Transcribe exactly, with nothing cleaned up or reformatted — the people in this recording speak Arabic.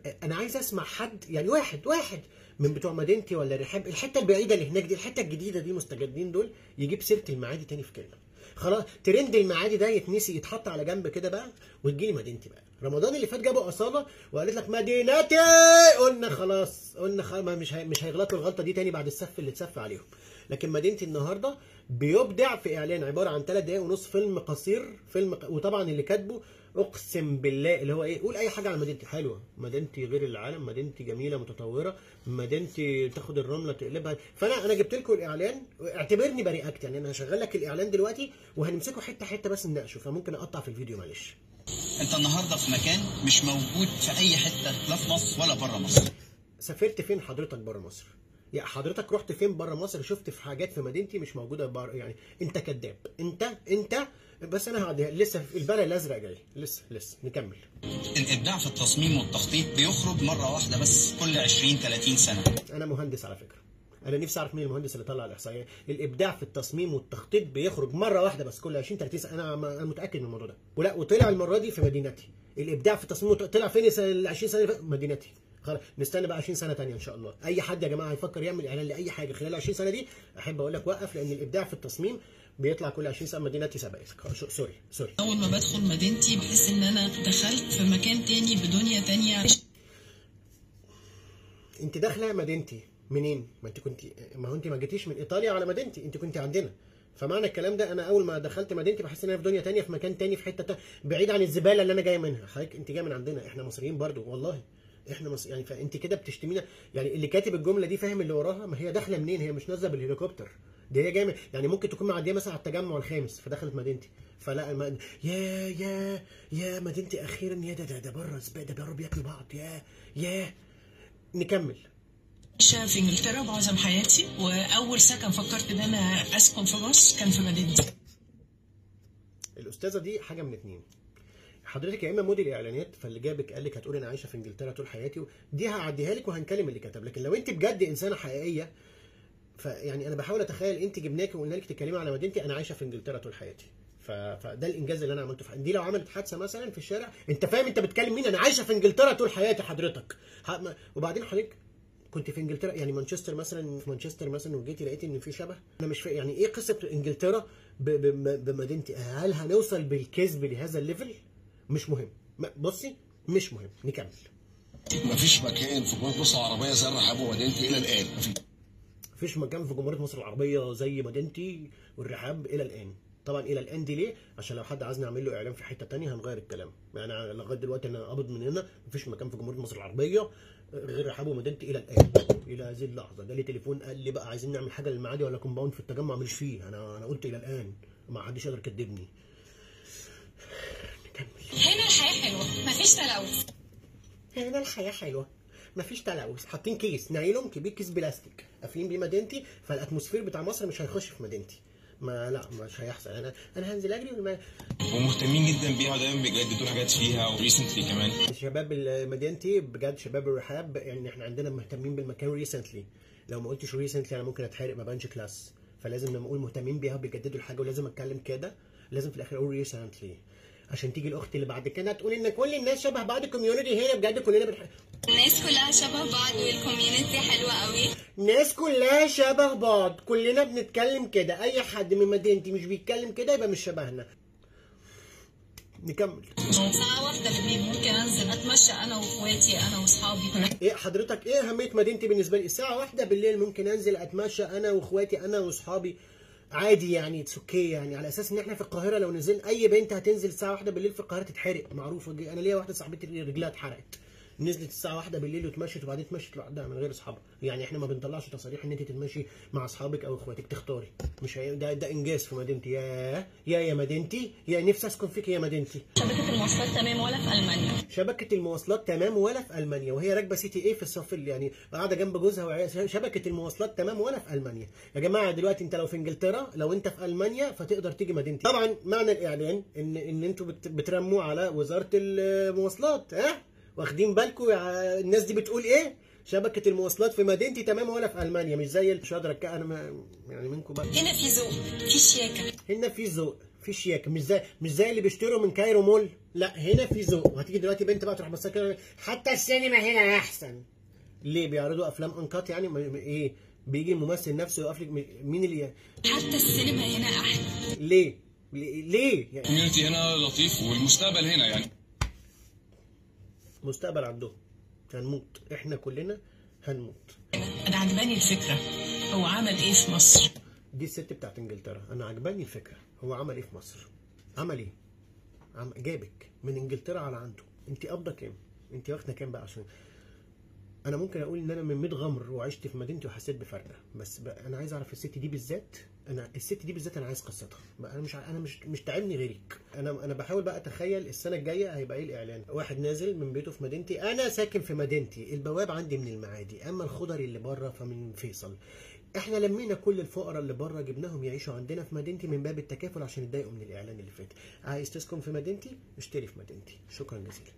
انا عايز اسمع حد يعني واحد واحد من بتوع مدينتي ولا الرحاب، الحته البعيده اللي هناك دي، الحته الجديده دي، مستجدين دول، يجيب سيره المعادي تاني في كلمه. خلاص ترند المعادي ده يتنسي، يتحط على جنب كده بقى، وتجيلي مدينتي بقى. رمضان اللي فات جابوا اصاله وقالت لك مدينتي، قلنا خلاص، قلنا خلاص مش هي... مش هيغلطوا الغلطه دي تاني بعد السف اللي اتسف عليهم. لكن مدينتي النهارده بيبدع في اعلان عباره عن ثلاث دقايق ونص، فيلم قصير، فيلم ق... وطبعا اللي كاتبه اقسم بالله اللي هو ايه، قول اي حاجه على مدينتي حلوه، مدينتي غير العالم، مدينتي جميله متطوره، مدينتي تاخد الرمله تقلبها. فانا انا جبت لكم الاعلان، اعتبرني برياكت يعني، انا هشغل لك الاعلان دلوقتي وهنمسكه حته حته بس نناقشه، فممكن اقطع في الفيديو معلش. انت النهارده في مكان مش موجود في اي حته، لا في مصر ولا بره مصر. سافرت فين حضرتك بره مصر؟ يا حضرتك رحت فين بره مصر؟ شفت في حاجات في مدينتي مش موجوده بره يعني؟ انت كذاب، انت انت بس انا هعديها لسه، في البلد الازرق جاي لسه لسه نكمل. الابداع في التصميم والتخطيط بيخرج مره واحده بس كل عشرين ثلاثين سنه. انا مهندس على فكره، انا نفسي اعرف مين المهندس اللي طلع الاحصائيه. الابداع في التصميم والتخطيط بيخرج مره واحده بس كل عشرين ثلاثين سنه، انا انا متاكد من الموضوع ده. ولا وطلع المره دي في مدينتي. الابداع في التصميم طلع فين ال عشرين سنه اللي فاتت؟ مدينتي. خلاص نستنى بقى عشرين سنه ثانيه ان شاء الله. اي حد يا جماعه هيفكر يعمل اعلان لاي حاجه خلال عشرين سنه دي، احب اقول لك وقف، لان الابداع في التصميم بيطلع كل عشرين سنه. مدينتي سبقتك، سوري سوري. اول ما بدخل مدينتي بحس ان انا دخلت في مكان تاني بدنيا تانية. انت داخله مدينتي منين؟ ما انت كنت، ما هو انت ما جيتيش من ايطاليا على مدينتي، انت كنت عندنا. فمعنى الكلام ده انا اول ما دخلت مدينتي بحس ان انا في دنيا تانية، في مكان تاني، في حته تانية بعيد عن الزباله اللي انا جاي منها. حضرتك انت جاي من عندنا، احنا مصريين برضو والله، احنا مصر يعني. فانت كده بتشتمينا يعني. اللي كاتب الجمله دي فاهم اللي وراها؟ ما هي داخله منين؟ هي مش نازله بالهليكوبتر، دي هي جايه يعني، ممكن تكون معديه مثلا على التجمع الخامس فدخلت مدينتي. فلا الم... يا يا يا مدينتي اخيرا، يا ده ده ده بره الزباله، ده بره بياكلوا بعض، يا يا نكمل. عايشة في انجلترا معظم حياتي، واول سكن فكرت ان انا اسكن في مصر كان في مدينتي. الاستاذه دي حاجه من اتنين، حضرتك يا اما موديل اعلانات فاللي جابك قال لك هتقولي انا عايشه في انجلترا طول حياتي، دي هعديها لك وهنكلم اللي كتب. لكن لو انت بجد انسانه حقيقيه، فيعني انا بحاول اتخيل انت جبناكي وقلنا لك تتكلمي على مدينتي، انا عايشه في انجلترا طول حياتي. فده الانجاز اللي انا عملته في دي. لو عملت حادثه مثلا في الشارع، انت فاهم انت بتكلم مين؟ انا عايشه في انجلترا طول حياتي حضرتك. وبعدين حضرتك كنت في انجلترا يعني مانشستر مثلا، في مانشستر مثلا وجيتي لقيتي ان في شبه. انا مش فاهم يعني ايه قصه انجلترا بمدينتي. هل هنوصل بالكذب لهذا الليفل؟ مش مهم، بصي مش مهم، نكمل. مفيش مكان في جمهوريه مصر العربيه زي الرحاب ومدينتي الى الان. مفيش مكان في جمهوريه مصر العربيه زي مدينتي والرحاب الى الان. طبعا الى الان دي ليه؟ عشان لو حد عايزني اعمل له اعلان في حته ثانيه هنغير الكلام. يعني لغايه دلوقتي انا قابض من هنا، مفيش مكان في جمهوريه مصر العربيه غير رحاب ومدينتي الى الان، الى هذه اللحظه. جالي تليفون قال لي بقى عايزين نعمل حاجه للمعادي ولا كومباوند في التجمع، مش فيه. انا انا قلت الى الان، ما حدش يقدر يكدبني. نكمل. هنا الحياه حلوه، مفيش تلوث. هنا الحياه حلوه مفيش تلوث. حاطين كيس نايلون كبير، كيس بلاستيك قافلين بيه مدينتي، فالاتموسفير بتاع مصر مش هيخش في مدينتي. ما لا مش هيحصل. انا انا هنزل اجري وما... ومهتمين جدا بيها ودايما بيجددوا حاجات فيها، وريسنتلي كمان. شباب مدينتي بجد، شباب الرحاب يعني احنا عندنا مهتمين بالمكان ريسنتلي. لو ما قلتش ريسنتلي انا ممكن اتحرق، ما بانش كلاس. فلازم لما اقول مهتمين بيها وبيجددوا الحاجه ولازم اتكلم كده، لازم في الاخر اقول ريسنتلي، عشان تيجي الاخت اللي بعد كده تقول ان كل الناس شبه بعض. الكوميونتي هنا بجد كلنا بنح... الناس كلها شبه بعض والكوميونتي حلوه قوي. الناس كلها شبه بعض، كلنا بنتكلم كده. اي حد من مدينتي مش بيتكلم كده يبقى مش شبهنا. نكمل. ساعة واحدة بالليل ممكن انزل اتمشى انا واخواتي، انا واصحابي. ايه حضرتك ايه اهميه مدينتي بالنسبه لي؟ الساعه واحدة بالليل ممكن انزل اتمشى انا واخواتي، انا واصحابي عادي يعني، اتس اوكي يعني. على اساس ان احنا في القاهره لو نزلنا، اي بنت هتنزل الساعه واحدة بالليل في القاهره تتحرق، معروفه دي. انا ليا واحده صاحبتي رجلها اتحرقت، نزلت الساعه واحدة بالليل وتمشت وبعدين تمشت لوحدها من غير اصحابها. يعني احنا ما بنطلعش تصاريح ان انت تتمشي مع اصحابك او اخواتك، تختاري. مش هي ده, ده انجاز في مدينتي. يا يا يا مدينتي، يا نفسي اسكن فيك يا مدينتي. شبكة المواصلات تمام ولا في المانيا؟ شبكه المواصلات تمام ولا في المانيا، وهي راكبه سي تي اي في الصف يعني قاعده جنب جوزها وعيالها. شبكه المواصلات تمام ولا في المانيا. يا جماعه دلوقتي انت لو في انجلترا، لو انت في المانيا فتقدر تيجي مدينتي. طبعا معنى الاعلان ان ان انتوا بترموا على وزاره المواصلات. ها واخدين بالكم الناس دي بتقول ايه؟ شبكه المواصلات في مدينتي تمام ولا في المانيا، مش زي مش قادر انا ما يعني منكم بقى. هنا في ذوق، في شياكه. هنا في ذوق، في شياكه، مش زي مش زي اللي بيشتروا من كايرو مول، لا هنا في ذوق. وهتيجي دلوقتي بنت بقى تروح بصلها كده، حتى السينما هنا احسن. ليه؟ بيعرضوا افلام انكات يعني؟ ايه، بيجي الممثل نفسه يقف لك مين اللي حتى السينما هنا احلى. ليه؟ ليه؟ يعني الكوميونتي هنا لطيف والمستقبل هنا يعني. مستقبل عندهم. هنموت احنا كلنا هنموت. انا عجباني الفكره، هو عمل ايه في مصر؟ دي الست بتاعت انجلترا، انا عجباني الفكره، هو عمل ايه في مصر؟ عمل ايه؟ عم... جابك من انجلترا على عنده. انت قابضه كام؟ انت واخده كام بقى؟ عشان انا ممكن اقول ان انا من ميت غمر وعشت في مدينتي وحسيت بفرقه، بس بقى انا عايز اعرف الست دي بالذات، انا الست دي بالذات انا عايز قصتها بقى. انا مش انا مش مش تعبني غيرك. انا انا بحاول بقى اتخيل السنه الجايه هيبقى ايه الاعلان. واحد نازل من بيته في مدينتي، انا ساكن في مدينتي، البواب عندي من المعادي، اما الخضري اللي بره فمن فيصل. احنا لمينا كل الفقراء اللي بره جبناهم يعيشوا عندنا في مدينتي من باب التكافل عشان يتضايقوا من الاعلان اللي فات. عايز تسكن في مدينتي؟ اشتري في مدينتي. شكرا جزيلا.